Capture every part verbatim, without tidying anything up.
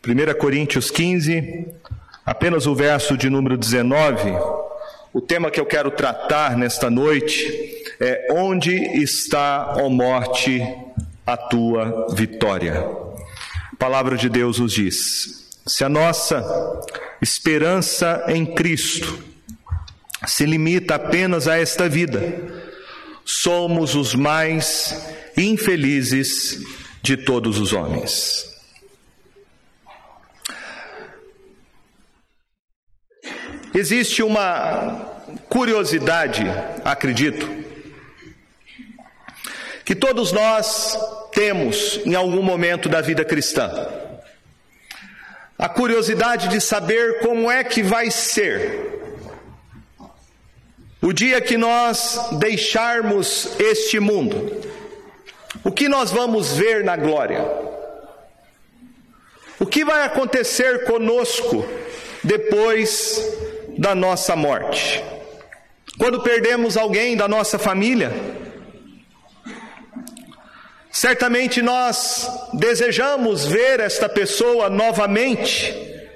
primeira Coríntios quinze, apenas o verso de número dezenove. O tema que eu quero tratar nesta noite é: onde está, ó morte, a tua vitória? A palavra de Deus nos diz: se a nossa esperança em Cristo se limita apenas a esta vida, somos os mais infelizes de todos os homens. Existe uma curiosidade, acredito, que todos nós temos em algum momento da vida cristã. A curiosidade de saber como é que vai ser o dia que nós deixarmos este mundo. O que nós vamos ver na glória? O que vai acontecer conosco depois da nossa morte? Quando perdemos alguém da nossa família, certamente nós desejamos ver esta pessoa novamente.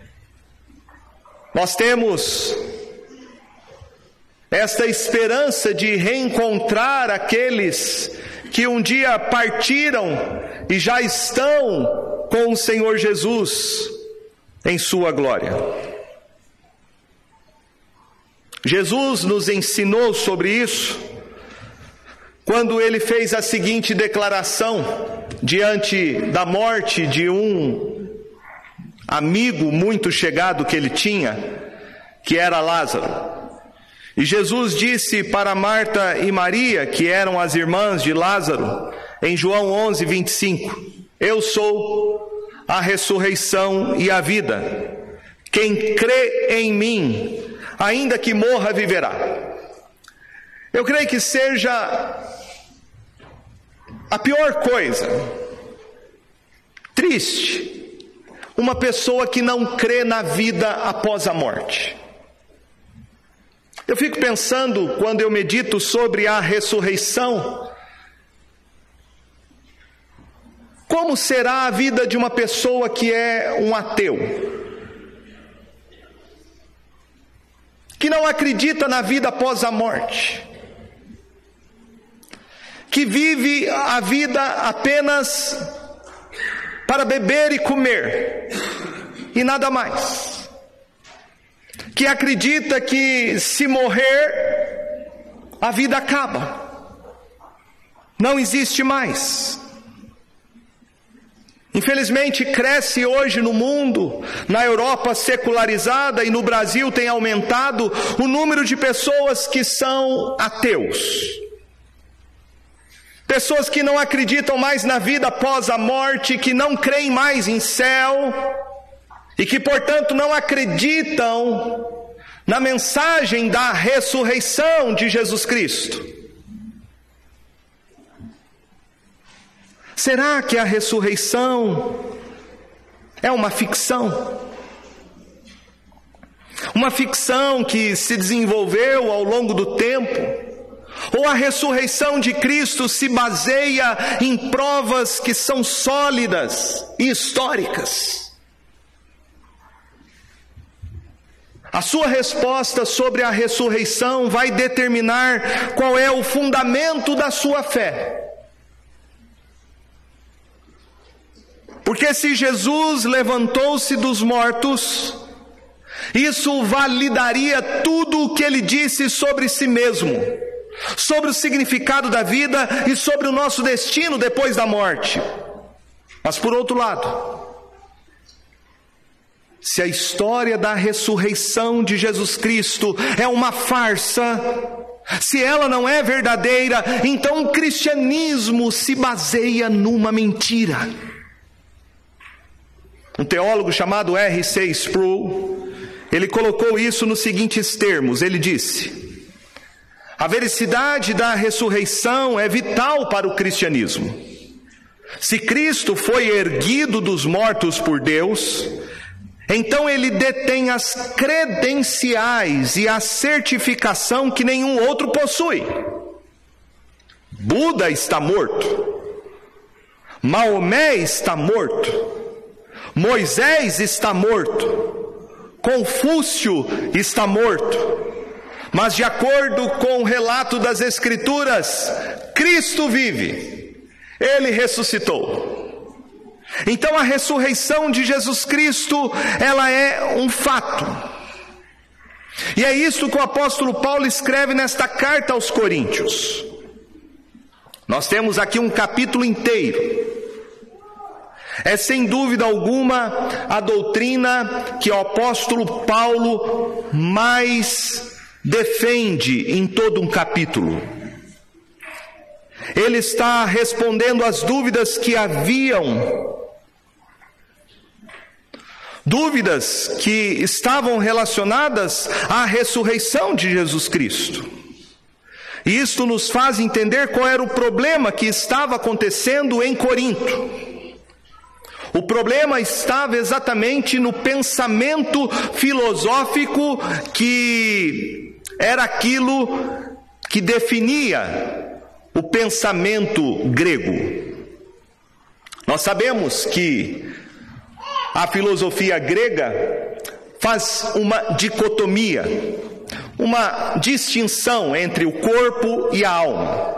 Nós temos esta esperança de reencontrar aqueles que um dia partiram e já estão com o Senhor Jesus em sua glória. Jesus nos ensinou sobre isso quando ele fez a seguinte declaração diante da morte de um amigo muito chegado que ele tinha, que era Lázaro. E Jesus disse para Marta e Maria, que eram as irmãs de Lázaro, em João onze, vinte e cinco: eu sou a ressurreição e a vida. Quem crê em mim, ainda que morra, viverá. Eu creio que seja a pior coisa, triste, uma pessoa que não crê na vida após a morte. Eu fico pensando, quando eu medito sobre a ressurreição, como será a vida de uma pessoa que é um ateu, que não acredita na vida após a morte, que vive a vida apenas para beber e comer, e nada mais. Que acredita que se morrer, a vida acaba, não existe mais. Infelizmente cresce hoje no mundo, na Europa secularizada e no Brasil tem aumentado o número de pessoas que são ateus. Pessoas que não acreditam mais na vida após a morte, que não creem mais em céu, e que, portanto, não acreditam na mensagem da ressurreição de Jesus Cristo. Será que a ressurreição é uma ficção? Uma ficção que se desenvolveu ao longo do tempo? Ou a ressurreição de Cristo se baseia em provas que são sólidas e históricas? A sua resposta sobre a ressurreição vai determinar qual é o fundamento da sua fé. Porque se Jesus levantou-se dos mortos, isso validaria tudo o que ele disse sobre si mesmo, sobre o significado da vida e sobre o nosso destino depois da morte. Mas por outro lado, se a história da ressurreição de Jesus Cristo é uma farsa, se ela não é verdadeira, então o cristianismo se baseia numa mentira. Um teólogo chamado R C Sproul, ele colocou isso nos seguintes termos. Ele disse: a veracidade da ressurreição é vital para o cristianismo. Se Cristo foi erguido dos mortos por Deus, então ele detém as credenciais e a certificação que nenhum outro possui. Buda está morto, Maomé está morto, Moisés está morto, Confúcio está morto, mas de acordo com o relato das Escrituras, Cristo vive, Ele ressuscitou. Então a ressurreição de Jesus Cristo, ela é um fato. E é isso que o apóstolo Paulo escreve nesta carta aos Coríntios. Nós temos aqui um capítulo inteiro. É sem dúvida alguma a doutrina que o apóstolo Paulo mais defende em todo um capítulo. Ele está respondendo às dúvidas que haviam, dúvidas que estavam relacionadas à ressurreição de Jesus Cristo. E isto nos faz entender qual era o problema que estava acontecendo em Corinto. O problema estava exatamente no pensamento filosófico que era aquilo que definia o pensamento grego. Nós sabemos que a filosofia grega faz uma dicotomia, uma distinção entre o corpo e a alma.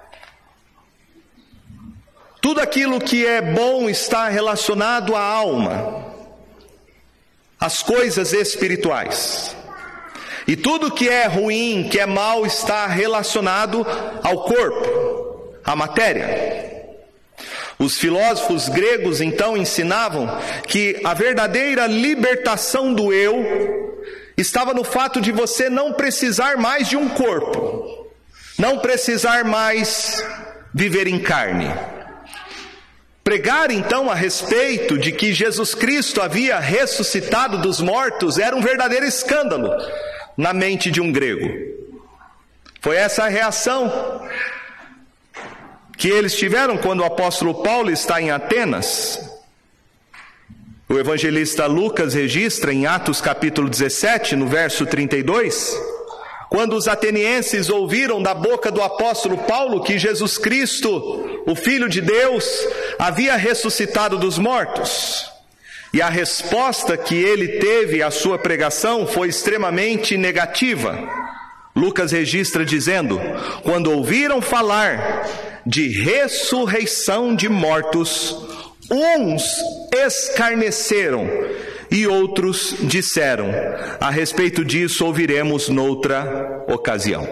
Tudo aquilo que é bom está relacionado à alma, às coisas espirituais. E tudo que é ruim, que é mal, está relacionado ao corpo, à matéria. Os filósofos gregos então ensinavam que a verdadeira libertação do eu estava no fato de você não precisar mais de um corpo, não precisar mais viver em carne. Pregar então a respeito de que Jesus Cristo havia ressuscitado dos mortos era um verdadeiro escândalo na mente de um grego. Foi essa a reação que eles tiveram quando o apóstolo Paulo está em Atenas. O evangelista Lucas registra em Atos capítulo dezessete, no verso trinta e dois, quando os atenienses ouviram da boca do apóstolo Paulo que Jesus Cristo, o Filho de Deus, havia ressuscitado dos mortos. E a resposta que ele teve à sua pregação foi extremamente negativa. Lucas registra dizendo: quando ouviram falar de ressurreição de mortos, uns escarneceram e outros disseram: a respeito disso ouviremos noutra ocasião.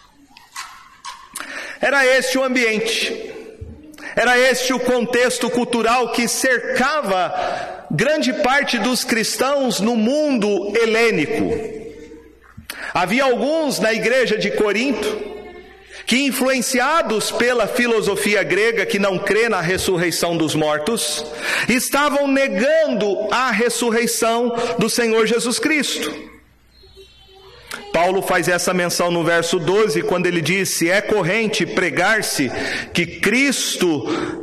Era este o ambiente, era este o contexto cultural que cercava grande parte dos cristãos no mundo helênico. Havia alguns na igreja de Corinto que, influenciados pela filosofia grega que não crê na ressurreição dos mortos, estavam negando a ressurreição do Senhor Jesus Cristo. Paulo faz essa menção no verso doze, quando ele disse: é corrente pregar-se que Cristo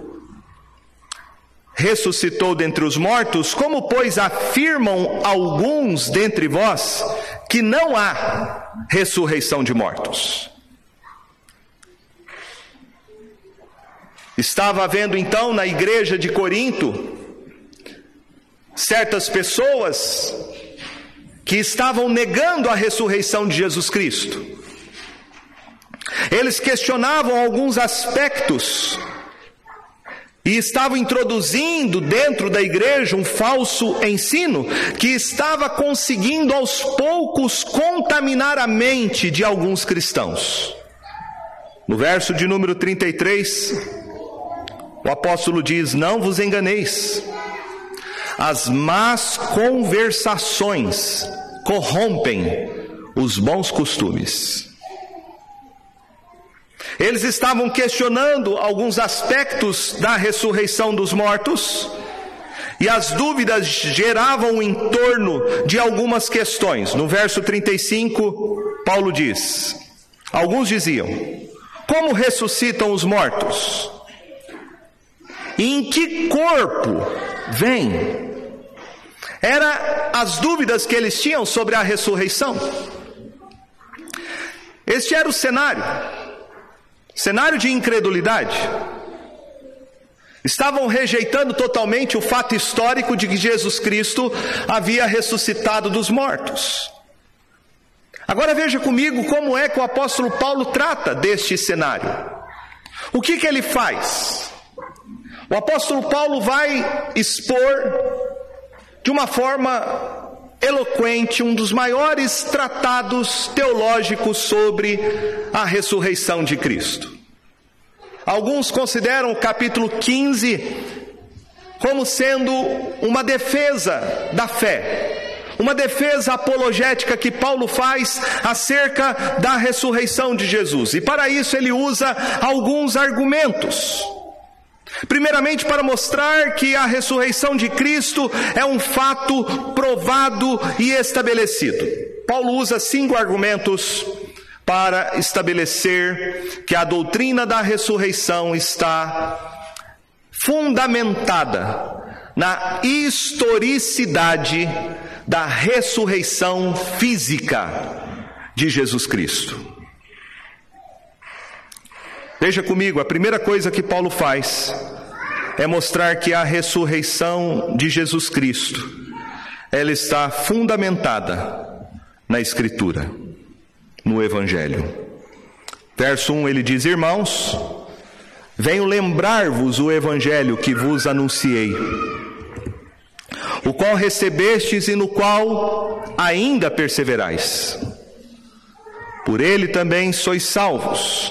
ressuscitou dentre os mortos, como pois afirmam alguns dentre vós que não há ressurreição de mortos. Estava havendo então na igreja de Corinto certas pessoas que estavam negando a ressurreição de Jesus Cristo. Eles questionavam alguns aspectos e estavam introduzindo dentro da igreja um falso ensino que estava conseguindo aos poucos contaminar a mente de alguns cristãos. No verso de número trinta e três, o apóstolo diz: não vos enganeis, as más conversações corrompem os bons costumes. Eles estavam questionando alguns aspectos da ressurreição dos mortos, e as dúvidas geravam em torno de algumas questões. No verso trinta e cinco, Paulo diz: alguns diziam: como ressuscitam os mortos? E em que corpo vem? Era as dúvidas que eles tinham sobre a ressurreição. Este era o cenário, cenário de incredulidade. Estavam rejeitando totalmente o fato histórico de que Jesus Cristo havia ressuscitado dos mortos. Agora veja comigo como é que o apóstolo Paulo trata deste cenário. O que que ele faz? O apóstolo Paulo vai expor de uma forma eloquente um dos maiores tratados teológicos sobre a ressurreição de Cristo. Alguns consideram o capítulo quinze como sendo uma defesa da fé, uma defesa apologética que Paulo faz acerca da ressurreição de Jesus. E para isso ele usa alguns argumentos. Primeiramente, para mostrar que a ressurreição de Cristo é um fato provado e estabelecido. Paulo usa cinco argumentos para estabelecer que a doutrina da ressurreição está fundamentada na historicidade da ressurreição física de Jesus Cristo. Veja comigo, a primeira coisa que Paulo faz é mostrar que a ressurreição de Jesus Cristo, ela está fundamentada na Escritura, no Evangelho. Verso um, ele diz: irmãos, venho lembrar-vos o Evangelho que vos anunciei, o qual recebestes e no qual ainda perseverais. Por ele também sois salvos,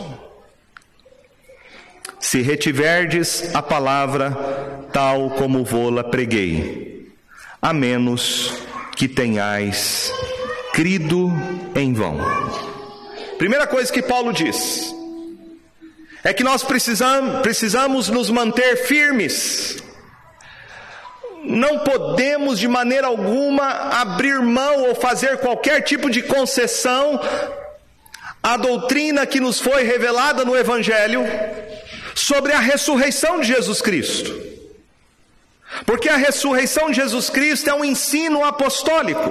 se retiverdes a palavra tal como vô-la preguei, a menos que tenhais crido em vão. Primeira coisa que Paulo diz é que nós precisamos, precisamos nos manter firmes. Não podemos de maneira alguma abrir mão ou fazer qualquer tipo de concessão à doutrina que nos foi revelada no Evangelho sobre a ressurreição de Jesus Cristo. Porque a ressurreição de Jesus Cristo é um ensino apostólico.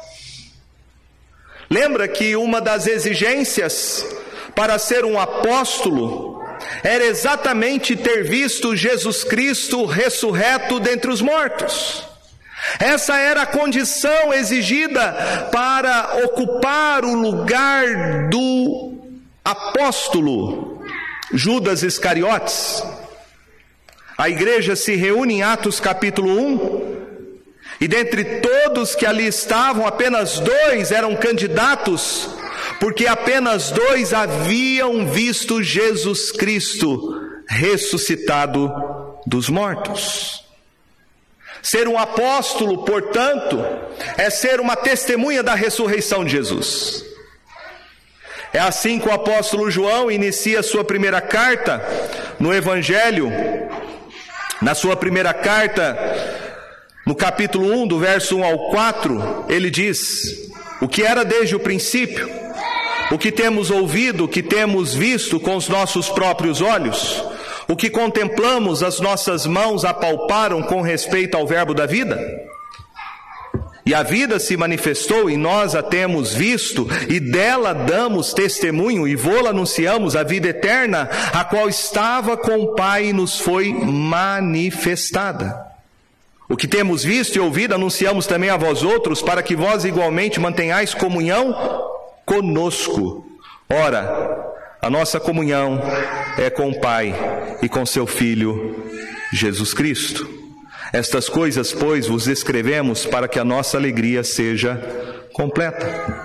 Lembra que uma das exigências para ser um apóstolo era exatamente ter visto Jesus Cristo ressurreto dentre os mortos. Essa era a condição exigida para ocupar o lugar do apóstolo Judas Iscariotes. A igreja se reúne em Atos capítulo um, e dentre todos que ali estavam, apenas dois eram candidatos, porque apenas dois haviam visto Jesus Cristo ressuscitado dos mortos. Ser um apóstolo, portanto, é ser uma testemunha da ressurreição de Jesus. É assim que o apóstolo João inicia a sua primeira carta no Evangelho. Na sua primeira carta, no capítulo um, do verso um ao quatro, ele diz: o que era desde o princípio, o que temos ouvido, o que temos visto com os nossos próprios olhos, o que contemplamos, as nossas mãos apalparam com respeito ao verbo da vida. E a vida se manifestou e nós a temos visto, e dela damos testemunho, e vô-la anunciamos, a vida eterna, a qual estava com o Pai e nos foi manifestada. O que temos visto e ouvido anunciamos também a vós outros, para que vós igualmente mantenhais comunhão conosco. Ora, a nossa comunhão é com o Pai e com seu Filho Jesus Cristo. Estas coisas, pois, vos escrevemos para que a nossa alegria seja completa.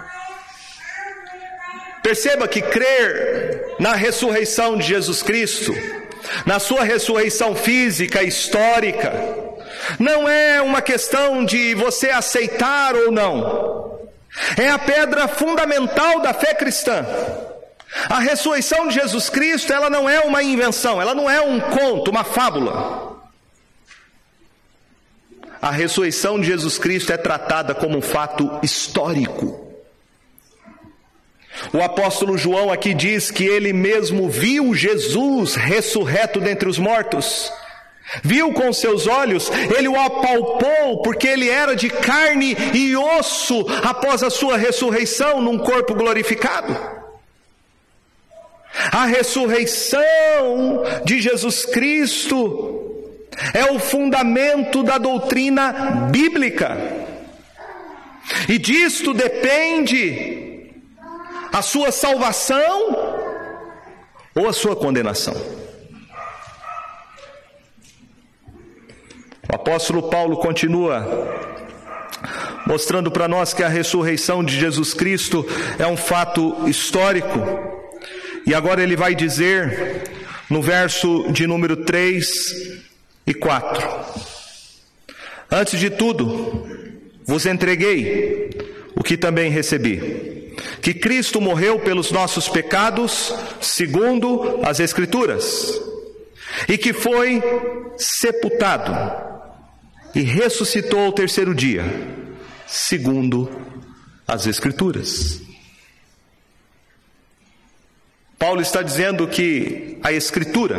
Perceba que crer na ressurreição de Jesus Cristo, na sua ressurreição física, histórica, não é uma questão de você aceitar ou não. É a pedra fundamental da fé cristã. A ressurreição de Jesus Cristo, ela não é uma invenção, ela não é um conto, uma fábula. A ressurreição de Jesus Cristo é tratada como um fato histórico. O apóstolo João aqui diz que ele mesmo viu Jesus ressurreto dentre os mortos. Viu com seus olhos, ele o apalpou, porque ele era de carne e osso após a sua ressurreição num corpo glorificado. A ressurreição de Jesus Cristo é o fundamento da doutrina bíblica, e disto depende a sua salvação ou a sua condenação. O apóstolo Paulo continua mostrando para nós que a ressurreição de Jesus Cristo é um fato histórico. E agora ele vai dizer no verso de número três e quatro: antes de tudo, vos entreguei o que também recebi, que Cristo morreu pelos nossos pecados, segundo as Escrituras, e que foi sepultado e ressuscitou ao terceiro dia, segundo as Escrituras. Paulo está dizendo que a Escritura,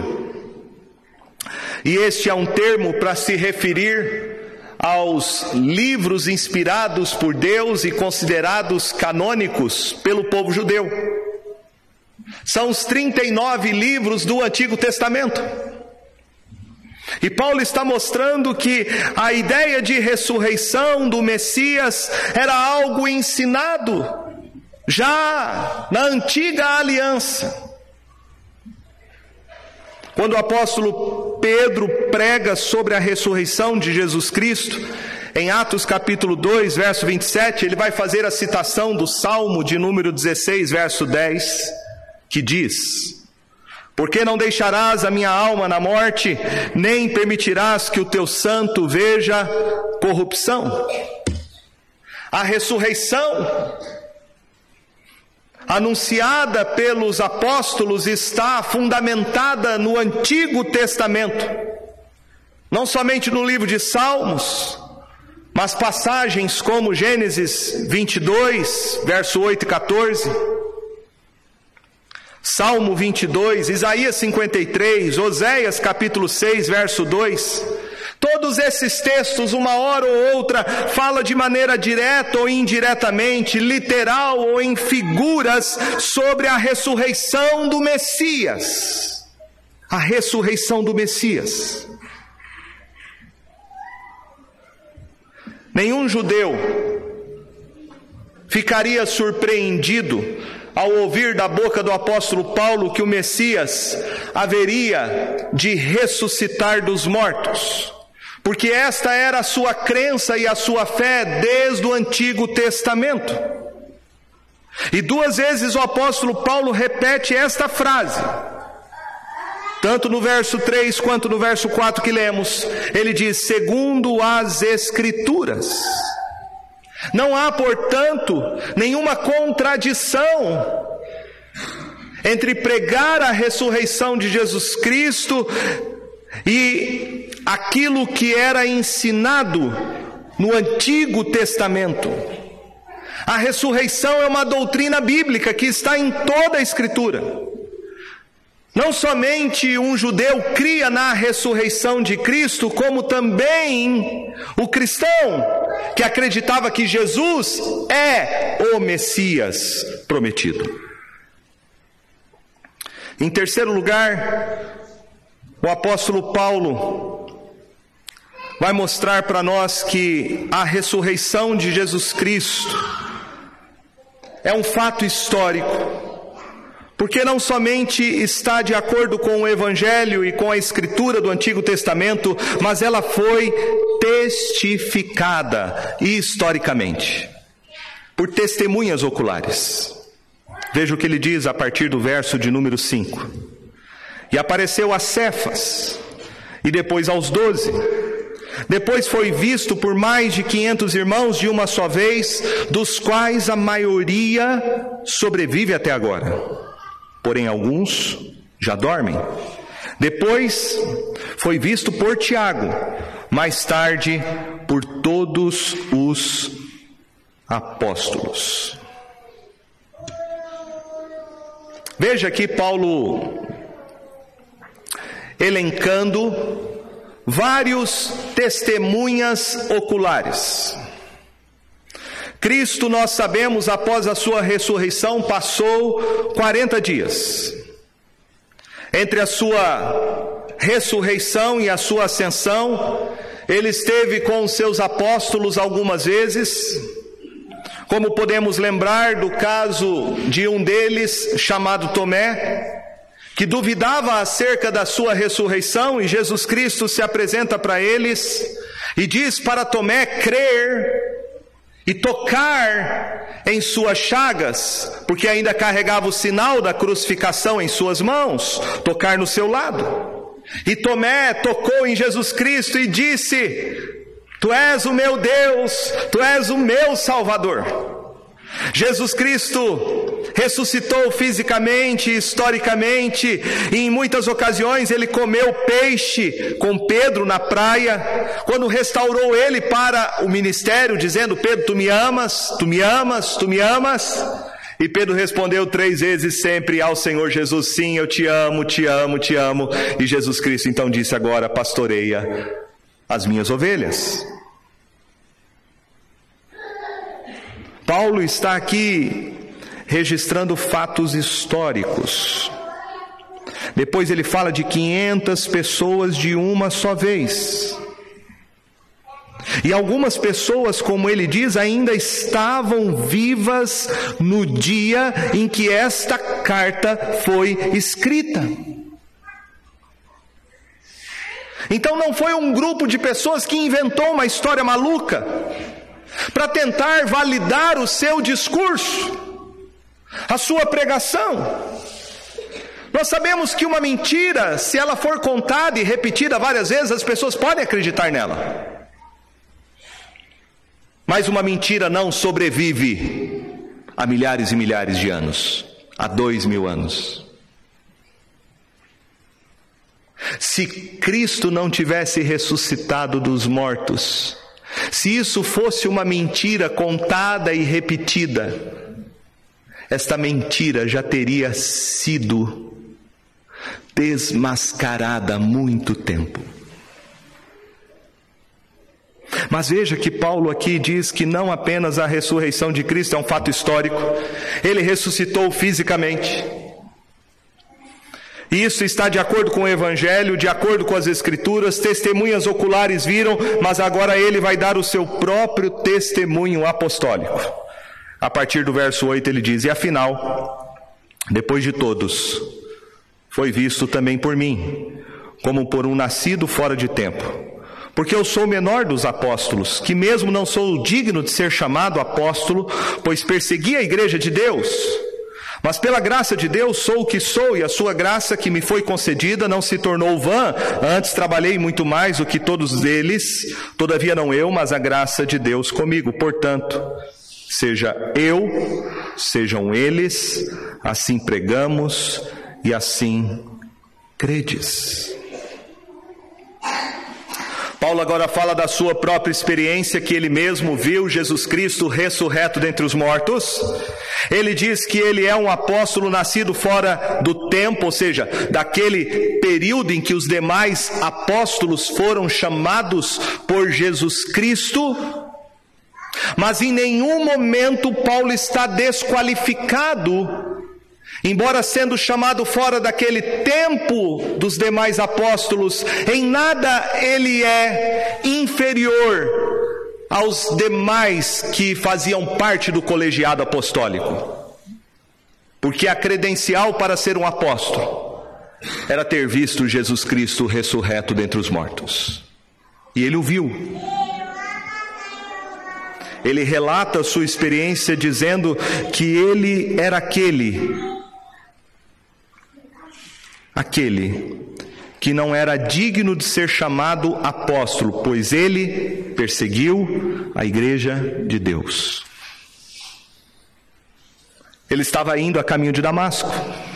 e este é um termo para se referir aos livros inspirados por Deus e considerados canônicos pelo povo judeu, são os trinta e nove livros do Antigo Testamento. E Paulo está mostrando que a ideia de ressurreição do Messias era algo ensinado já na antiga aliança. Quando o apóstolo Pedro prega sobre a ressurreição de Jesus Cristo, em Atos capítulo dois, verso vinte e sete, ele vai fazer a citação do Salmo de número dezesseis, verso dez, que diz: porque não deixarás a minha alma na morte, nem permitirás que o teu santo veja corrupção. A ressurreição anunciada pelos apóstolos está fundamentada no Antigo Testamento, não somente no livro de Salmos, mas passagens como Gênesis vinte e dois, verso oito e quatorze, Salmo vinte e dois, Isaías cinquenta e três, Oséias capítulo seis, verso dois. Todos esses textos, uma hora ou outra, fala de maneira direta ou indiretamente, literal ou em figuras, sobre a ressurreição do Messias. A ressurreição do Messias. Nenhum judeu ficaria surpreendido ao ouvir da boca do apóstolo Paulo que o Messias haveria de ressuscitar dos mortos, porque esta era a sua crença e a sua fé desde o Antigo Testamento. E duas vezes o apóstolo Paulo repete esta frase, tanto no verso três quanto no verso quatro que lemos. Ele diz: segundo as Escrituras. Não há, portanto, nenhuma contradição entre pregar a ressurreição de Jesus Cristo e aquilo que era ensinado no Antigo Testamento. A ressurreição é uma doutrina bíblica que está em toda a Escritura. Não somente um judeu cria na ressurreição de Cristo, como também o cristão, que acreditava que Jesus é o Messias prometido. Em terceiro lugar, o apóstolo Paulo vai mostrar para nós que a ressurreição de Jesus Cristo é um fato histórico, porque não somente está de acordo com o Evangelho e com a Escritura do Antigo Testamento, mas ela foi testificada historicamente, por testemunhas oculares. Veja o que ele diz a partir do verso de número cinco. E apareceu a Cefas, e depois aos doze. Depois foi visto por mais de quinhentos irmãos de uma só vez, dos quais a maioria sobrevive até agora. Porém alguns já dormem. Depois foi visto por Tiago, mais tarde por todos os apóstolos. Veja aqui Paulo elencando vários testemunhas oculares. Cristo, nós sabemos, após a sua ressurreição, passou quarenta dias entre a sua ressurreição e a sua ascensão. Ele esteve com os seus apóstolos algumas vezes, como podemos lembrar do caso de um deles chamado Tomé, que duvidava acerca da sua ressurreição, e Jesus Cristo se apresenta para eles e diz para Tomé crer e tocar em suas chagas, porque ainda carregava o sinal da crucificação em suas mãos, tocar no seu lado. E Tomé tocou em Jesus Cristo e disse: Tu és o meu Deus, Tu és o meu Salvador. Jesus Cristo ressuscitou fisicamente, historicamente, e em muitas ocasiões ele comeu peixe com Pedro na praia, quando restaurou ele para o ministério, dizendo: Pedro, tu me amas, tu me amas, tu me amas? E Pedro respondeu três vezes sempre ao Senhor Jesus: sim, eu te amo, te amo, te amo. E Jesus Cristo então disse: agora pastoreia as minhas ovelhas. Paulo está aqui registrando fatos históricos. Depois ele fala de quinhentas pessoas de uma só vez. E algumas pessoas, como ele diz, ainda estavam vivas no dia em que esta carta foi escrita. Então não foi um grupo de pessoas que inventou uma história maluca para tentar validar o seu discurso, a sua pregação. Nós sabemos que uma mentira, se ela for contada e repetida várias vezes, as pessoas podem acreditar nela. Mas uma mentira não sobrevive a milhares e milhares de anos, a dois mil anos. Se Cristo não tivesse ressuscitado dos mortos, se isso fosse uma mentira contada e repetida, esta mentira já teria sido desmascarada há muito tempo. Mas veja que Paulo aqui diz que não apenas a ressurreição de Cristo é um fato histórico, ele ressuscitou fisicamente. E isso está de acordo com o Evangelho, de acordo com as Escrituras. Testemunhas oculares viram, mas agora ele vai dar o seu próprio testemunho apostólico. A partir do verso oito ele diz: e afinal, depois de todos, foi visto também por mim, como por um nascido fora de tempo. Porque eu sou o menor dos apóstolos, que mesmo não sou digno de ser chamado apóstolo, pois persegui a igreja de Deus. Mas pela graça de Deus sou o que sou, e a sua graça que me foi concedida não se tornou vã. Antes trabalhei muito mais do que todos eles, todavia não eu, mas a graça de Deus comigo. Portanto, seja eu, sejam eles, assim pregamos e assim credes. Paulo agora fala da sua própria experiência, que ele mesmo viu Jesus Cristo ressurreto dentre os mortos. Ele diz que ele é um apóstolo nascido fora do tempo, ou seja, daquele período em que os demais apóstolos foram chamados por Jesus Cristo. Mas em nenhum momento Paulo está desqualificado, embora sendo chamado fora daquele tempo dos demais apóstolos. Em nada ele é inferior aos demais que faziam parte do colegiado apostólico, porque a credencial para ser um apóstolo era ter visto Jesus Cristo ressurreto dentre os mortos, e ele o viu. Ele relata a sua experiência dizendo que ele era aquele aquele que não era digno de ser chamado apóstolo, pois ele perseguiu a igreja de Deus. Ele estava indo a caminho de Damasco,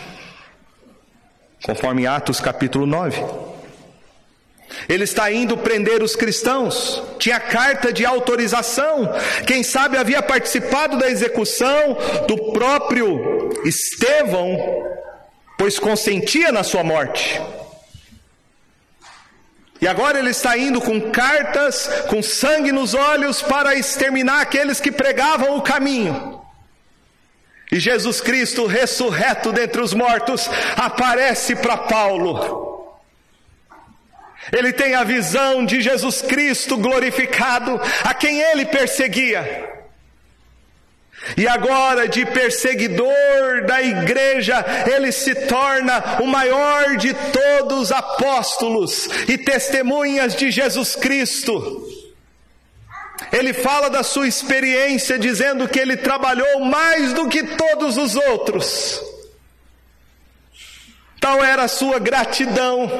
conforme Atos capítulo nove. Ele está indo prender os cristãos, tinha carta de autorização, quem sabe havia participado da execução do próprio Estevão, pois consentia na sua morte. E agora ele está indo com cartas, com sangue nos olhos, para exterminar aqueles que pregavam o caminho. E Jesus Cristo, ressurreto dentre os mortos, aparece para Paulo. Ele tem a visão de Jesus Cristo glorificado, a quem ele perseguia. E agora, de perseguidor da igreja, ele se torna o maior de todos os apóstolos e testemunhas de Jesus Cristo. Ele fala da sua experiência, dizendo que ele trabalhou mais do que todos os outros. Tal era a sua gratidão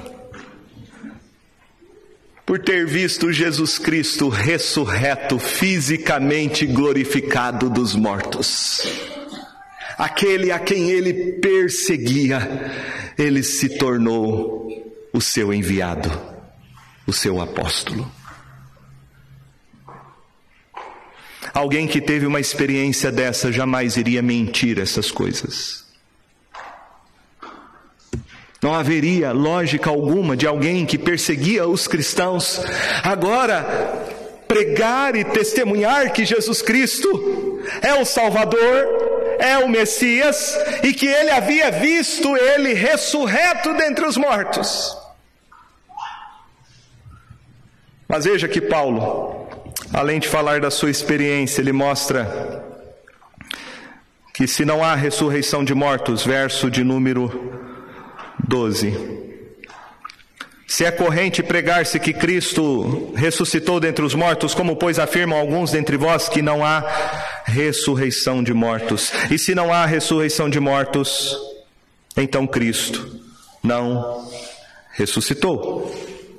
por ter visto Jesus Cristo ressurreto, fisicamente glorificado dos mortos. Aquele a quem ele perseguia, ele se tornou o seu enviado, o seu apóstolo. Alguém que teve uma experiência dessa jamais iria mentir essas coisas. Não haveria lógica alguma de alguém que perseguia os cristãos agora pregar e testemunhar que Jesus Cristo é o Salvador, é o Messias e que ele havia visto ele ressurreto dentre os mortos. Mas veja que Paulo, além de falar da sua experiência, ele mostra que se não há ressurreição de mortos, verso de número doze. Se é corrente pregar-se que Cristo ressuscitou dentre os mortos, como pois afirmam alguns dentre vós que não há ressurreição de mortos? E se não há ressurreição de mortos, então Cristo não ressuscitou.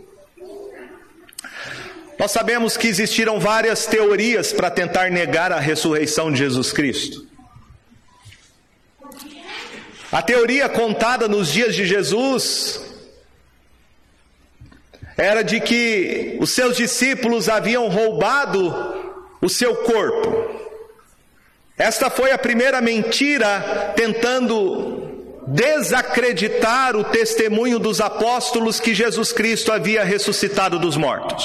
Nós sabemos que existiram várias teorias para tentar negar a ressurreição de Jesus Cristo. A teoria contada nos dias de Jesus era de que os seus discípulos haviam roubado o seu corpo. Esta foi a primeira mentira tentando desacreditar o testemunho dos apóstolos que Jesus Cristo havia ressuscitado dos mortos.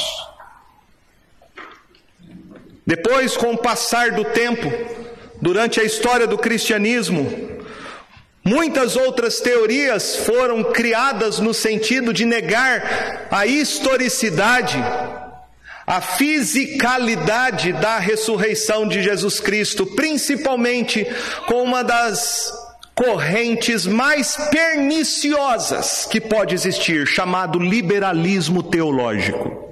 Depois, com o passar do tempo, durante a história do cristianismo, muitas outras teorias foram criadas no sentido de negar a historicidade, a fisicalidade da ressurreição de Jesus Cristo, principalmente com uma das correntes mais perniciosas que pode existir, chamado liberalismo teológico.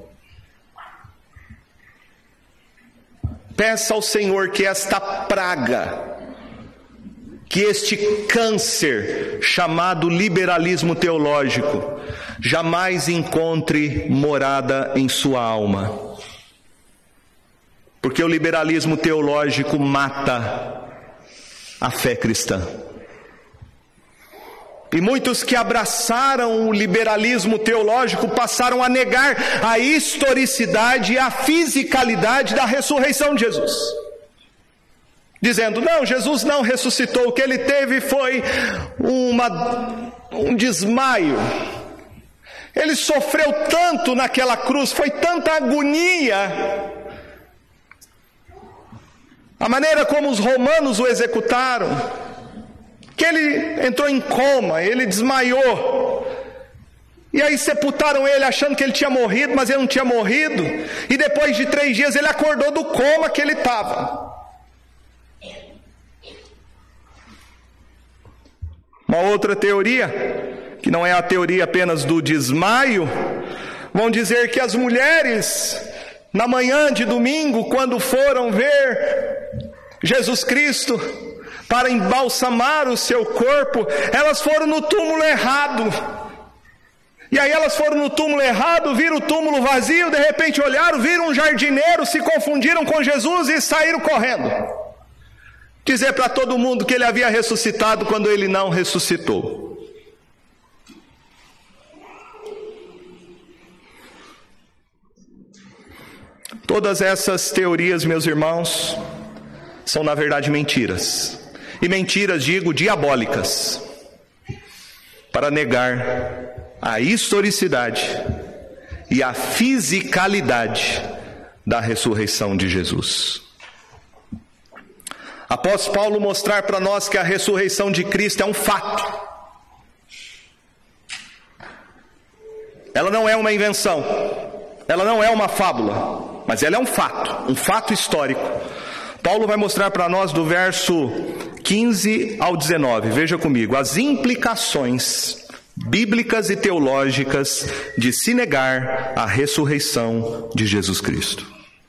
Peça ao Senhor que esta praga, que este câncer chamado liberalismo teológico jamais encontre morada em sua alma. Porque o liberalismo teológico mata a fé cristã. E muitos que abraçaram o liberalismo teológico passaram a negar a historicidade e a fisicalidade da ressurreição de Jesus. Dizendo, não, Jesus não ressuscitou, o que ele teve foi uma, um desmaio. Ele sofreu tanto naquela cruz, foi tanta agonia. A maneira como os romanos o executaram, que ele entrou em coma, ele desmaiou. E aí sepultaram ele achando que ele tinha morrido, mas ele não tinha morrido. E depois de três dias ele acordou do coma que ele estava. Uma outra teoria, que não é a teoria apenas do desmaio, vão dizer que as mulheres, na manhã de domingo, quando foram ver Jesus Cristo para embalsamar o seu corpo, elas foram no túmulo errado. E aí elas foram no túmulo errado, viram o túmulo vazio, de repente olharam, viram um jardineiro, se confundiram com Jesus e saíram correndo. Dizer para todo mundo que ele havia ressuscitado quando ele não ressuscitou. Todas essas teorias, meus irmãos, são na verdade mentiras. E mentiras, digo, diabólicas, para negar a historicidade e a fisicalidade da ressurreição de Jesus. Após Paulo mostrar para nós que a ressurreição de Cristo é um fato, ela não é uma invenção, ela não é uma fábula, mas ela é um fato, um fato histórico. Paulo vai mostrar para nós do verso quinze ao dezenove, veja comigo, as implicações bíblicas e teológicas de se negar a ressurreição de Jesus Cristo.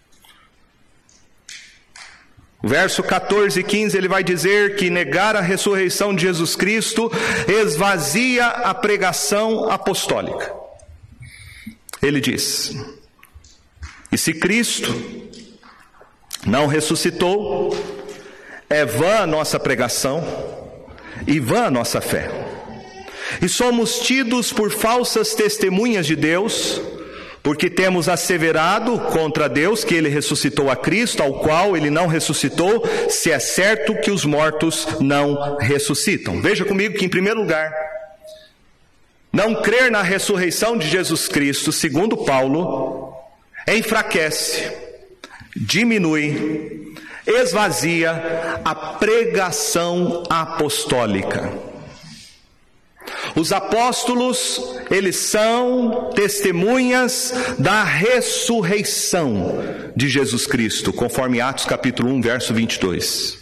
O verso quatorze e quinze, ele vai dizer que negar a ressurreição de Jesus Cristo esvazia a pregação apostólica. Ele diz: e se Cristo não ressuscitou, é vã a nossa pregação e vã a nossa fé. E somos tidos por falsas testemunhas de Deus, porque temos asseverado contra Deus que Ele ressuscitou a Cristo, ao qual Ele não ressuscitou, se é certo que os mortos não ressuscitam. Veja comigo que, em primeiro lugar, não crer na ressurreição de Jesus Cristo, segundo Paulo, enfraquece, diminui, esvazia a pregação apostólica. Os apóstolos, eles são testemunhas da ressurreição de Jesus Cristo, conforme Atos capítulo um, verso vinte e dois.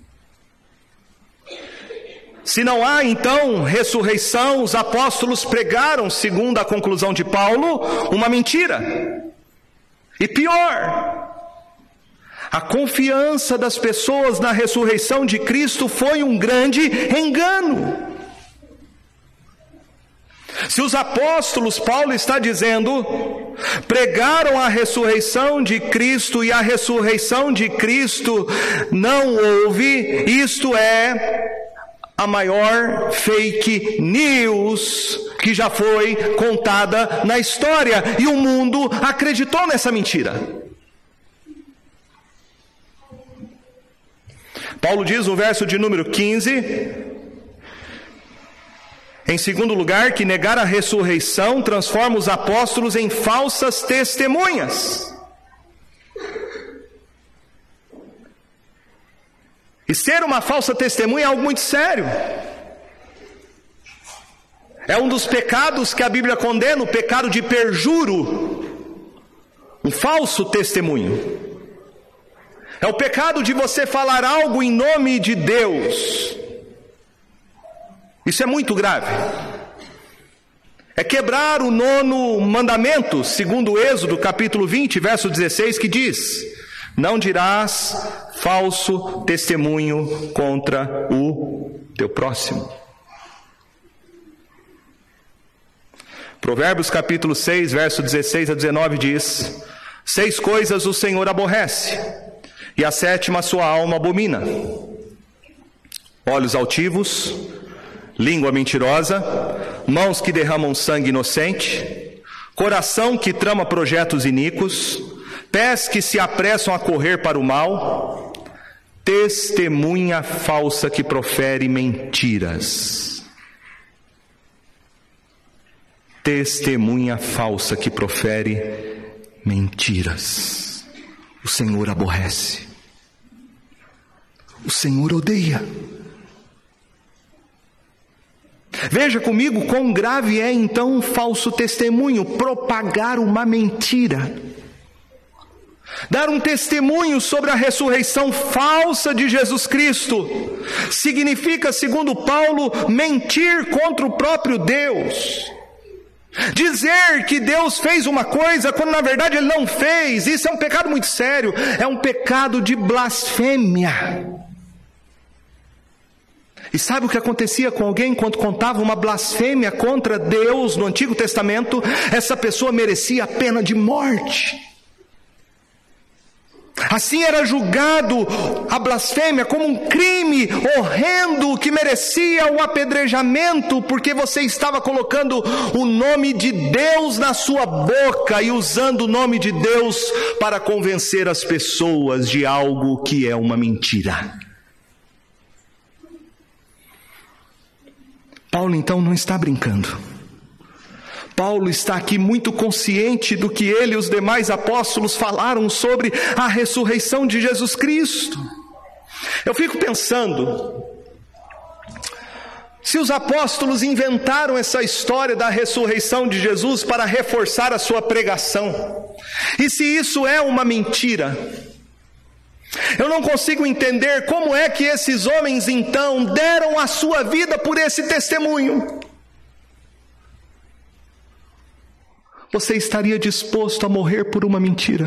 Se não há então ressurreição, os apóstolos pregaram, segundo a conclusão de Paulo, uma mentira. E pior, a confiança das pessoas na ressurreição de Cristo foi um grande engano. Se os apóstolos, Paulo está dizendo, pregaram a ressurreição de Cristo e a ressurreição de Cristo não houve, isto é a maior fake news que já foi contada na história, e o mundo acreditou nessa mentira. Paulo diz no verso de número quinze, em segundo lugar, que negar a ressurreição transforma os apóstolos em falsas testemunhas. E ser uma falsa testemunha é algo muito sério. É um dos pecados que a Bíblia condena, o pecado de perjuro, um falso testemunho. É o pecado de você falar algo em nome de Deus. Isso é muito grave. É quebrar o nono mandamento, segundo Êxodo capítulo vinte, verso dezesseis, que diz: não dirás falso testemunho contra o teu próximo. Provérbios capítulo seis, verso dezesseis a dezenove diz: seis coisas o Senhor aborrece, e a sétima a sua alma abomina: olhos altivos, língua mentirosa, mãos que derramam sangue inocente, coração que trama projetos iníquos, pés que se apressam a correr para o mal, testemunha falsa que profere mentiras. Testemunha falsa que profere mentiras. O Senhor aborrece. O Senhor odeia. Veja comigo quão grave é então um falso testemunho, propagar uma mentira. Dar um testemunho sobre a ressurreição falsa de Jesus Cristo significa, segundo Paulo, mentir contra o próprio Deus. Dizer que Deus fez uma coisa quando na verdade Ele não fez. Isso é um pecado muito sério, é um pecado de blasfêmia. E sabe o que acontecia com alguém quando contava uma blasfêmia contra Deus no Antigo Testamento? Essa pessoa merecia a pena de morte. Assim era julgado a blasfêmia como um crime horrendo que merecia o apedrejamento, porque você estava colocando o nome de Deus na sua boca e usando o nome de Deus para convencer as pessoas de algo que é uma mentira. Paulo então não está brincando. Paulo está aqui muito consciente do que ele e os demais apóstolos falaram sobre a ressurreição de Jesus Cristo. Eu fico pensando, Se os apóstolos inventaram essa história da ressurreição de Jesus para reforçar a sua pregação, e se isso é uma mentira, eu não consigo entender como é que esses homens então deram a sua vida por esse testemunho. Você estaria disposto a morrer por uma mentira?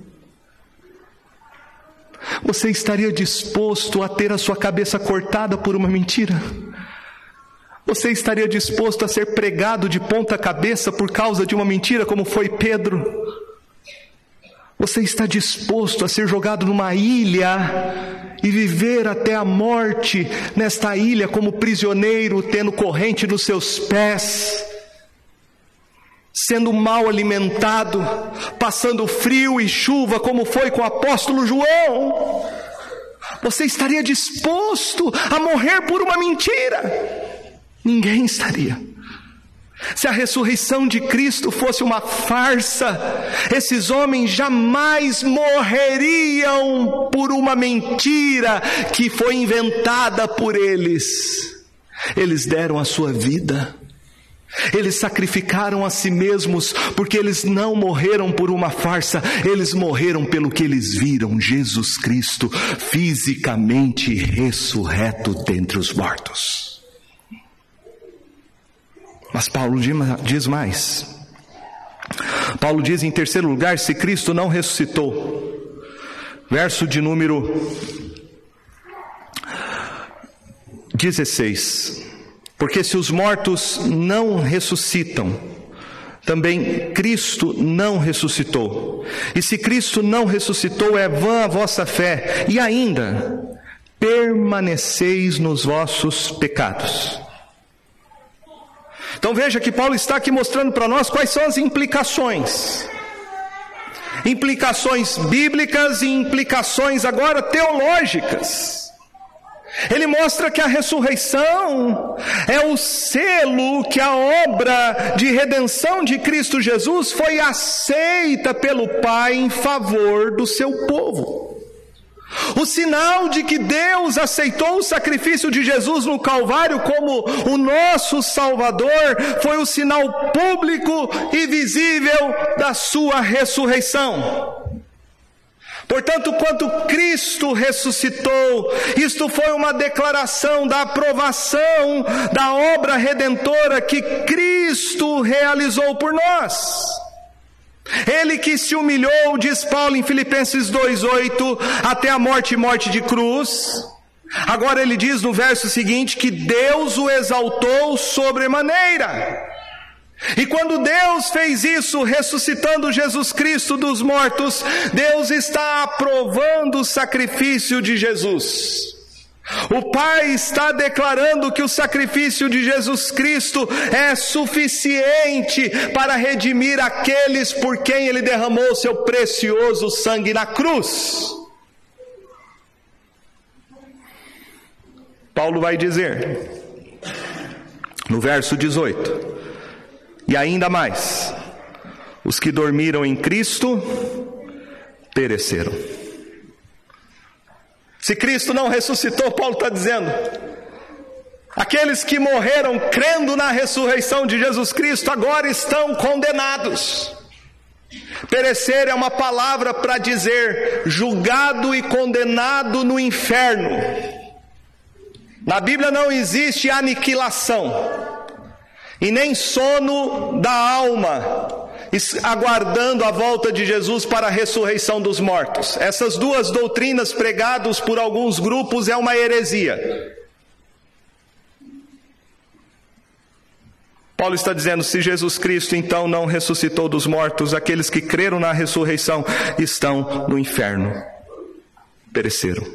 Você estaria disposto a ter a sua cabeça cortada por uma mentira? Você estaria disposto a ser pregado de ponta cabeça por causa de uma mentira, como foi Pedro? Você está disposto a ser jogado numa ilha e viver até a morte nesta ilha como prisioneiro, tendo corrente nos seus pés, sendo mal alimentado, passando frio e chuva, como foi com o apóstolo João? Você estaria disposto a morrer por uma mentira? Ninguém estaria. Se a ressurreição de Cristo fosse uma farsa, esses homens jamais morreriam por uma mentira que foi inventada por eles. Eles deram a sua vida. Eles sacrificaram a si mesmos, porque eles não morreram por uma farsa, eles morreram pelo que eles viram, Jesus Cristo fisicamente ressurreto dentre os mortos. Mas Paulo diz mais. Paulo diz em terceiro lugar, se Cristo não ressuscitou, verso de número dezesseis, porque se os mortos não ressuscitam, também Cristo não ressuscitou. E se Cristo não ressuscitou, é vã a vossa fé, e ainda permaneceis nos vossos pecados. Então veja que Paulo está aqui mostrando para nós quais são as implicações. Implicações bíblicas e implicações agora teológicas. Ele mostra que a ressurreição é o selo que a obra de redenção de Cristo Jesus foi aceita pelo Pai em favor do seu povo. O sinal de que Deus aceitou o sacrifício de Jesus no Calvário como o nosso Salvador foi o sinal público e visível da sua ressurreição. Portanto, quando Cristo ressuscitou, isto foi uma declaração da aprovação da obra redentora que Cristo realizou por nós. Ele que se humilhou, diz Paulo em Filipenses dois, oito, até a morte e morte de cruz. Agora ele diz no verso seguinte que Deus o exaltou sobremaneira. E quando Deus fez isso, ressuscitando Jesus Cristo dos mortos, Deus está aprovando o sacrifício de Jesus. O Pai está declarando que o sacrifício de Jesus Cristo é suficiente para redimir aqueles por quem Ele derramou seu precioso sangue na cruz. Paulo vai dizer, no verso dezoito, e ainda mais, os que dormiram em Cristo pereceram. Se Cristo não ressuscitou, Paulo está dizendo, aqueles que morreram crendo na ressurreição de Jesus Cristo agora estão condenados. Perecer é uma palavra para dizer julgado e condenado no inferno. Na Bíblia não existe aniquilação e nem sono da alma, aguardando a volta de Jesus para a ressurreição dos mortos. Essas duas doutrinas pregadas por alguns grupos é uma heresia. Paulo está dizendo, se Jesus Cristo então não ressuscitou dos mortos, aqueles que creram na ressurreição estão no inferno, pereceram.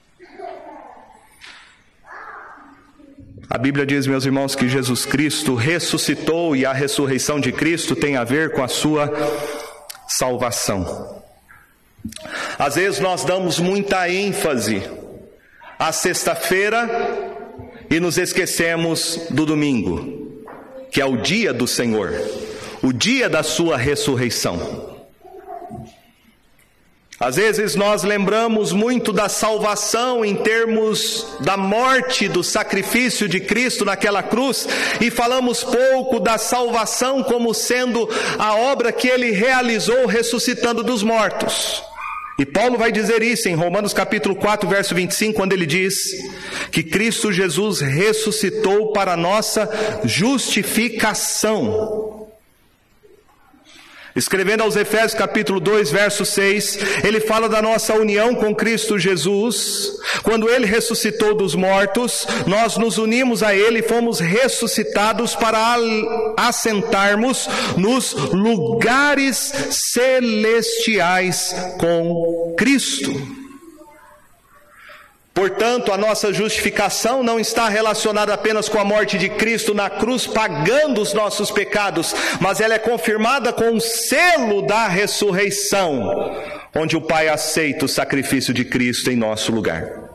A Bíblia diz, meus irmãos, que Jesus Cristo ressuscitou e a ressurreição de Cristo tem a ver com a sua salvação. Às vezes nós damos muita ênfase à sexta-feira e nos esquecemos do domingo, que é o dia do Senhor, o dia da sua ressurreição. Às vezes nós lembramos muito da salvação em termos da morte, do sacrifício de Cristo naquela cruz, e falamos pouco da salvação como sendo a obra que Ele realizou ressuscitando dos mortos. E Paulo vai dizer isso em Romanos capítulo quatro, verso vinte e cinco, quando ele diz que Cristo Jesus ressuscitou para a nossa justificação. Escrevendo aos Efésios capítulo dois, verso seis, ele fala da nossa união com Cristo Jesus. Quando Ele ressuscitou dos mortos, nós nos unimos a Ele e fomos ressuscitados para assentarmos nos lugares celestiais com Cristo. Portanto, a nossa justificação não está relacionada apenas com a morte de Cristo na cruz, pagando os nossos pecados, mas ela é confirmada com o selo da ressurreição, onde o Pai aceita o sacrifício de Cristo em nosso lugar.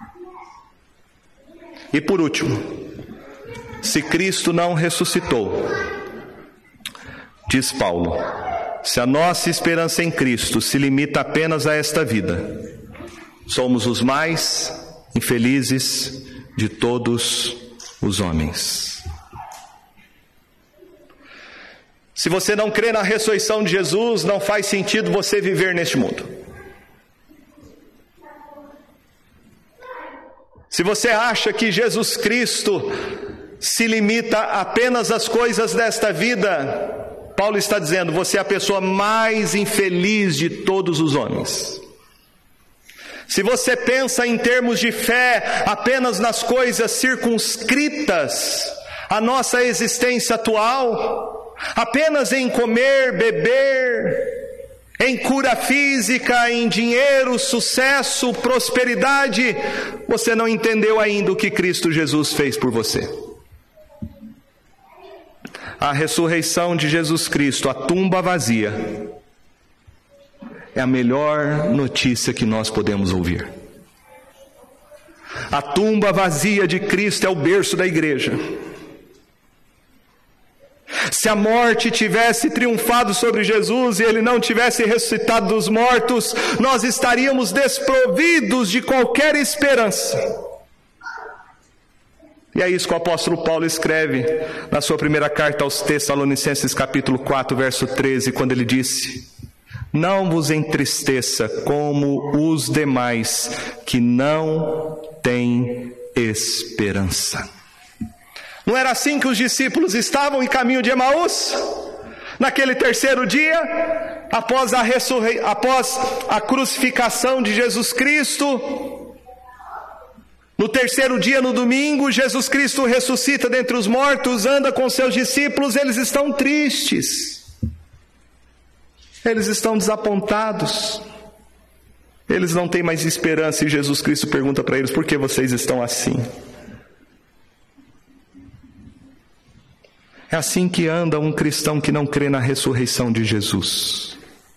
E por último, se Cristo não ressuscitou, diz Paulo, se a nossa esperança em Cristo se limita apenas a esta vida, somos os mais infelizes de todos os homens. Se você não crê na ressurreição de Jesus, não faz sentido você viver neste mundo. Se você acha que Jesus Cristo se limita apenas às coisas desta vida, Paulo está dizendo, você é a pessoa mais infeliz de todos os homens. Se você pensa em termos de fé apenas nas coisas circunscritas à nossa existência atual, apenas em comer, beber, em cura física, em dinheiro, sucesso, prosperidade, você não entendeu ainda o que Cristo Jesus fez por você. A ressurreição de Jesus Cristo, a tumba vazia, é a melhor notícia que nós podemos ouvir. A tumba vazia de Cristo é o berço da igreja. Se a morte tivesse triunfado sobre Jesus e Ele não tivesse ressuscitado dos mortos, nós estaríamos desprovidos de qualquer esperança. E é isso que o apóstolo Paulo escreve na sua primeira carta aos Tessalonicenses capítulo quatro, verso treze, quando ele disse: não vos entristeça como os demais que não têm esperança. Não era assim que os discípulos estavam em caminho de Emaús? Naquele terceiro dia, após a, ressurrei... após a crucificação de Jesus Cristo, no terceiro dia, no domingo, Jesus Cristo ressuscita dentre os mortos, anda com seus discípulos, eles estão tristes. Eles estão desapontados, eles não têm mais esperança, e Jesus Cristo pergunta para eles: por que vocês estão assim? É assim que anda um cristão que não crê na ressurreição de Jesus.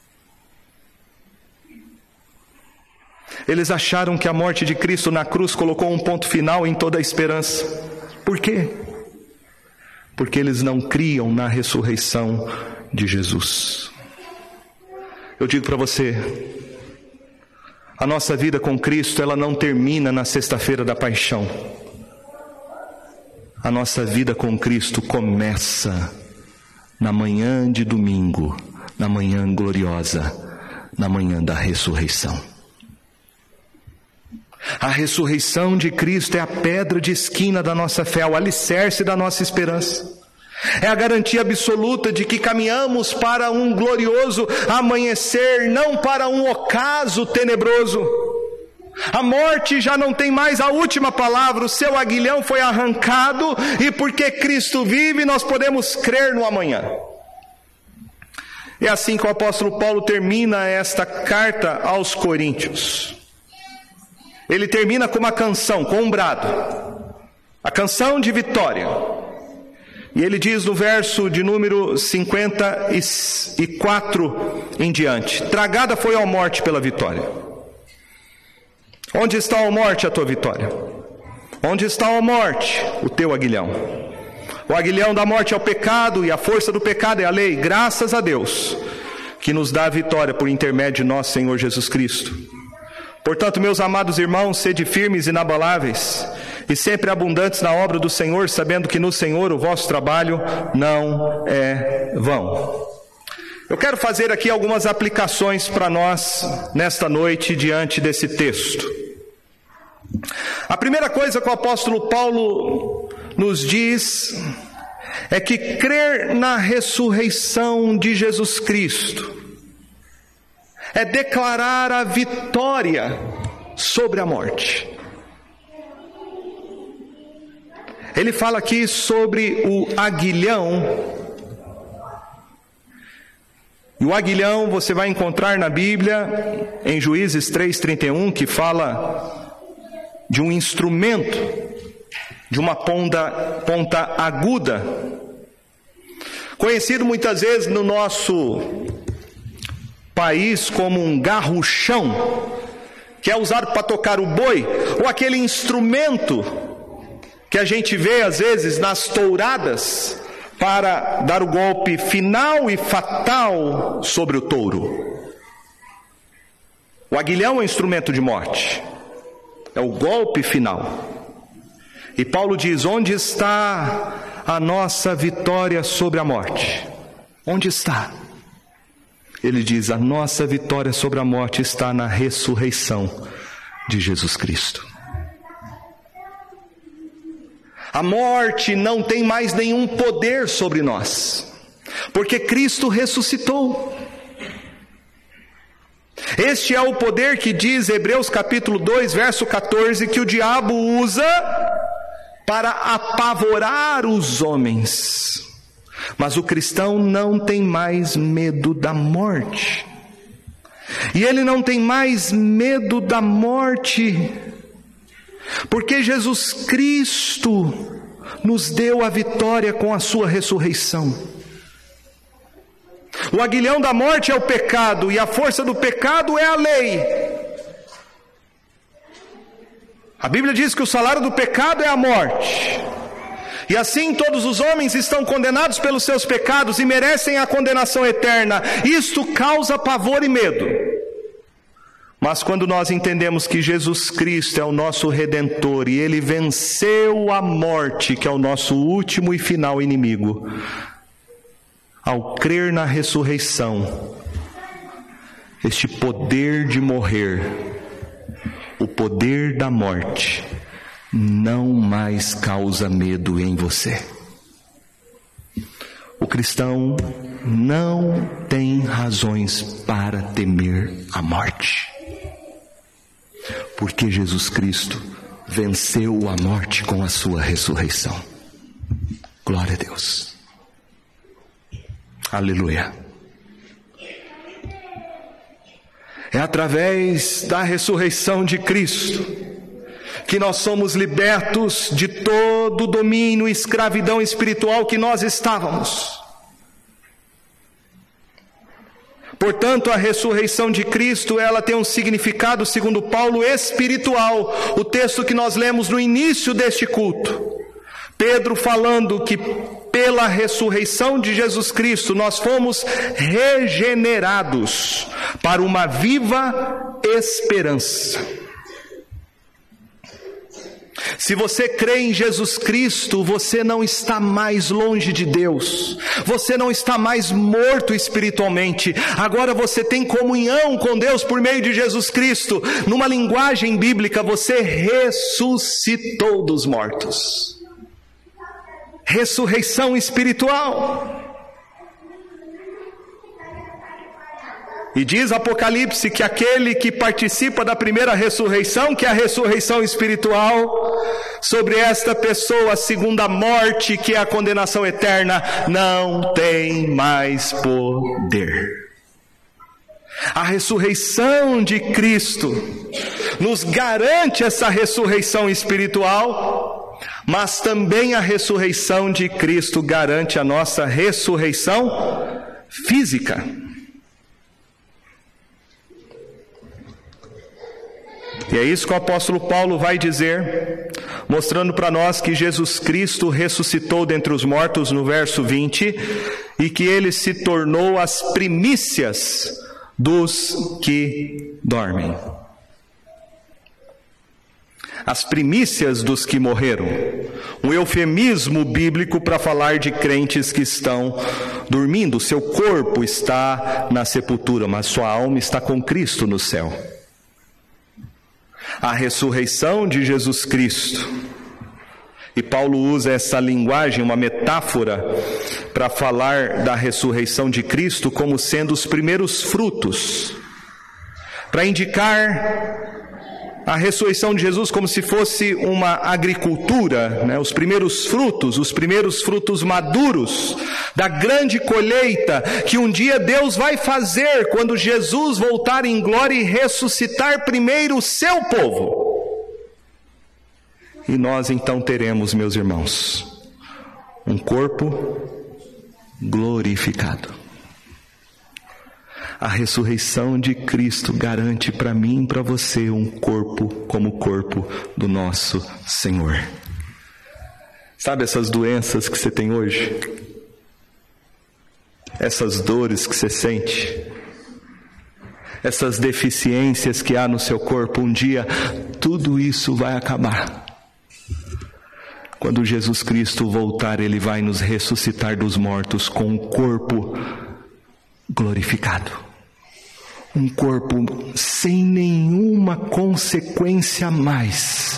Eles acharam que a morte de Cristo na cruz colocou um ponto final em toda a esperança. Por quê? Porque eles não criam na ressurreição de Jesus. Eu digo para você, a nossa vida com Cristo, ela não termina na sexta-feira da paixão. A nossa vida com Cristo começa na manhã de domingo, na manhã gloriosa, na manhã da ressurreição. A ressurreição de Cristo é a pedra de esquina da nossa fé, o alicerce da nossa esperança. É a garantia absoluta de que caminhamos para um glorioso amanhecer, não para um ocaso tenebroso. A morte já não tem mais a última palavra, o seu aguilhão foi arrancado, e porque Cristo vive, nós podemos crer no amanhã. É assim que o apóstolo Paulo termina esta carta aos Coríntios. Ele termina com uma canção, com um brado, a canção de vitória. E ele diz no verso de número cinquenta e quatro em diante: tragada foi a morte pela vitória. Onde está a morte, a tua vitória? Onde está a morte, o teu aguilhão? O aguilhão da morte é o pecado, e a força do pecado é a lei. Graças a Deus que nos dá a vitória por intermédio de nosso Senhor Jesus Cristo. Portanto, meus amados irmãos, sede firmes e inabaláveis, e sempre abundantes na obra do Senhor, sabendo que no Senhor o vosso trabalho não é vão. Eu quero fazer aqui algumas aplicações para nós nesta noite diante desse texto. A primeira coisa que o apóstolo Paulo nos diz é que crer na ressurreição de Jesus Cristo é declarar a vitória sobre a morte. Ele fala aqui sobre o aguilhão. E o aguilhão você vai encontrar na Bíblia, em Juízes três, trinta e um, que fala de um instrumento, de uma ponta, ponta aguda, conhecido muitas vezes no nosso país como um garruchão, que é usado para tocar o boi, ou aquele instrumento que a gente vê às vezes nas touradas para dar o golpe final e fatal sobre o touro. O aguilhão é um instrumento de morte, é o golpe final. E Paulo diz: onde está a nossa vitória sobre a morte? Onde está? Ele diz: a nossa vitória sobre a morte está na ressurreição de Jesus Cristo. A morte não tem mais nenhum poder sobre nós, porque Cristo ressuscitou. Este é o poder que diz Hebreus capítulo dois, verso catorze, que o diabo usa para apavorar os homens. Mas o cristão não tem mais medo da morte. E ele não tem mais medo da morte, porque Jesus Cristo nos deu a vitória com a sua ressurreição. O aguilhão da morte é o pecado, e a força do pecado é a lei. A Bíblia diz que o salário do pecado é a morte. E assim todos os homens estão condenados pelos seus pecados e merecem a condenação eterna. Isto causa pavor e medo. Mas quando nós entendemos que Jesus Cristo é o nosso Redentor e Ele venceu a morte, que é o nosso último e final inimigo, ao crer na ressurreição, este poder de morrer, o poder da morte, não mais causa medo em você. O cristão não tem razões para temer a morte, porque Jesus Cristo venceu a morte com a sua ressurreição. Glória a Deus. Aleluia. É através da ressurreição de Cristo que nós somos libertos de todo o domínio e escravidão espiritual que nós estávamos. Portanto, a ressurreição de Cristo, ela tem um significado, segundo Paulo, espiritual. O texto que nós lemos no início deste culto, Pedro falando que pela ressurreição de Jesus Cristo nós fomos regenerados para uma viva esperança. Se você crê em Jesus Cristo, você não está mais longe de Deus, você não está mais morto espiritualmente, agora você tem comunhão com Deus por meio de Jesus Cristo. Numa linguagem bíblica, você ressuscitou dos mortos. Ressurreição espiritual. E diz Apocalipse que aquele que participa da primeira ressurreição, que é a ressurreição espiritual, sobre esta pessoa, a segunda morte, que é a condenação eterna, não tem mais poder. A ressurreição de Cristo nos garante essa ressurreição espiritual, mas também a ressurreição de Cristo garante a nossa ressurreição física. E é isso que o apóstolo Paulo vai dizer, mostrando para nós que Jesus Cristo ressuscitou dentre os mortos no verso vinte, e que ele se tornou as primícias dos que dormem. As primícias dos que morreram. Um eufemismo bíblico para falar de crentes que estão dormindo. Seu corpo está na sepultura, mas sua alma está com Cristo no céu. A ressurreição de Jesus Cristo. E Paulo usa essa linguagem, uma metáfora, para falar da ressurreição de Cristo como sendo os primeiros frutos, para indicar a ressurreição de Jesus como se fosse uma agricultura, né? Os primeiros frutos, os primeiros frutos maduros da grande colheita que um dia Deus vai fazer quando Jesus voltar em glória e ressuscitar primeiro o seu povo. E nós então teremos, meus irmãos, um corpo glorificado. A ressurreição de Cristo garante para mim e para você um corpo como o corpo do nosso Senhor. Sabe essas doenças que você tem hoje? Essas dores que você sente? Essas deficiências que há no seu corpo? Um dia tudo isso vai acabar. Quando Jesus Cristo voltar, Ele vai nos ressuscitar dos mortos com um corpo glorificado. Um corpo sem nenhuma consequência mais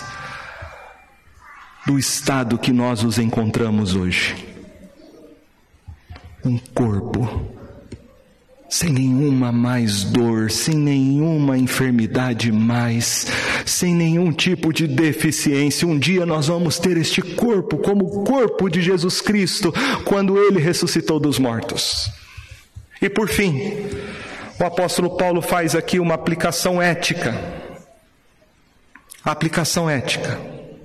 do estado que nós nos encontramos hoje. Um corpo sem nenhuma mais dor, sem nenhuma enfermidade mais, sem nenhum tipo de deficiência. Um dia nós vamos ter este corpo como o corpo de Jesus Cristo, quando Ele ressuscitou dos mortos. E por fim, o apóstolo Paulo faz aqui uma aplicação ética. A aplicação ética.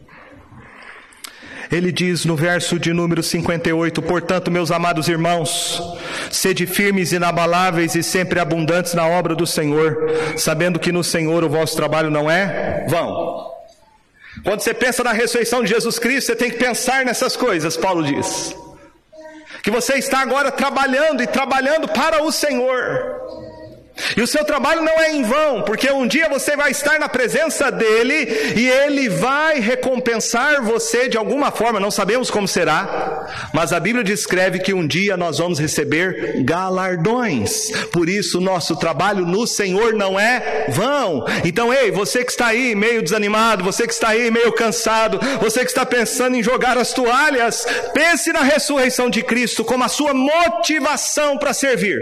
Ele diz no verso de número cinquenta e oito: portanto, meus amados irmãos, sede firmes, inabaláveis e sempre abundantes na obra do Senhor, sabendo que no Senhor o vosso trabalho não é vão. Quando você pensa na ressurreição de Jesus Cristo, você tem que pensar nessas coisas, Paulo diz. Que você está agora trabalhando e trabalhando para o Senhor. E o seu trabalho não é em vão, porque um dia você vai estar na presença dEle e Ele vai recompensar você de alguma forma, não sabemos como será, mas a Bíblia descreve que um dia nós vamos receber galardões. Por isso nosso trabalho no Senhor não é vão. Então, ei, você que está aí meio desanimado, você que está aí meio cansado, você que está pensando em jogar as toalhas, pense na ressurreição de Cristo como a sua motivação para servir.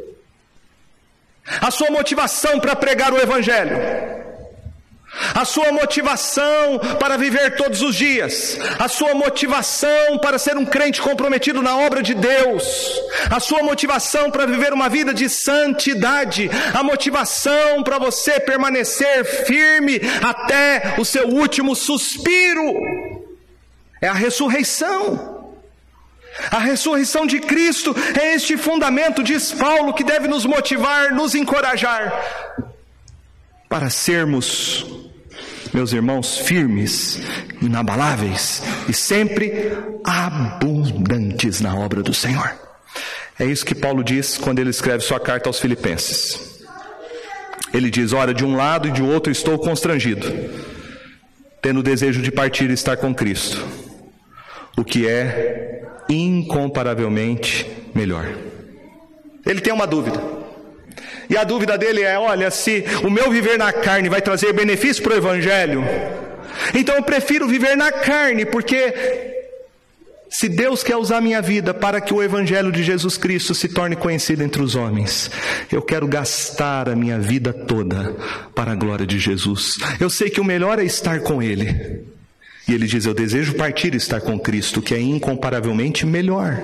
A sua motivação para pregar o Evangelho, a sua motivação para viver todos os dias, a sua motivação para ser um crente comprometido na obra de Deus, a sua motivação para viver uma vida de santidade, a motivação para você permanecer firme até o seu último suspiro, é a ressurreição. A ressurreição de Cristo é este fundamento, diz Paulo, que deve nos motivar, nos encorajar para sermos, meus irmãos, firmes, inabaláveis e sempre abundantes na obra do Senhor. É isso que Paulo diz quando ele escreve sua carta aos Filipenses. Ele diz: ora, de um lado e de outro estou constrangido, tendo o desejo de partir e estar com Cristo, o que é incomparavelmente melhor. Ele tem uma dúvida, e a dúvida dele é: olha, se o meu viver na carne vai trazer benefício para o Evangelho, então eu prefiro viver na carne, porque se Deus quer usar a minha vida para que o Evangelho de Jesus Cristo se torne conhecido entre os homens, eu quero gastar a minha vida toda para a glória de Jesus. Eu sei que o melhor é estar com Ele. E ele diz: eu desejo partir e estar com Cristo, que é incomparavelmente melhor.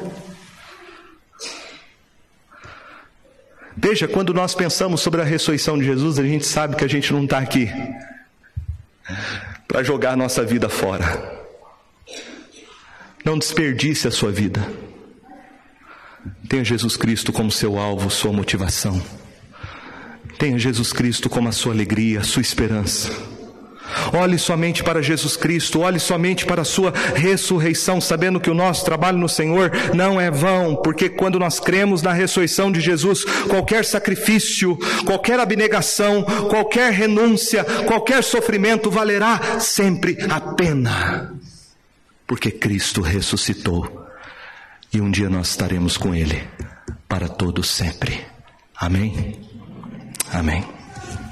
Veja, quando nós pensamos sobre a ressurreição de Jesus, a gente sabe que a gente não está aqui para jogar a nossa vida fora. Não desperdice a sua vida. Tenha Jesus Cristo como seu alvo, sua motivação. Tenha Jesus Cristo como a sua alegria, a sua esperança. Olhe somente para Jesus Cristo, olhe somente para a sua ressurreição, sabendo que o nosso trabalho no Senhor não é vão, porque quando nós cremos na ressurreição de Jesus, qualquer sacrifício, qualquer abnegação, qualquer renúncia, qualquer sofrimento valerá sempre a pena, porque Cristo ressuscitou e um dia nós estaremos com Ele para todo sempre. Amém? Amém.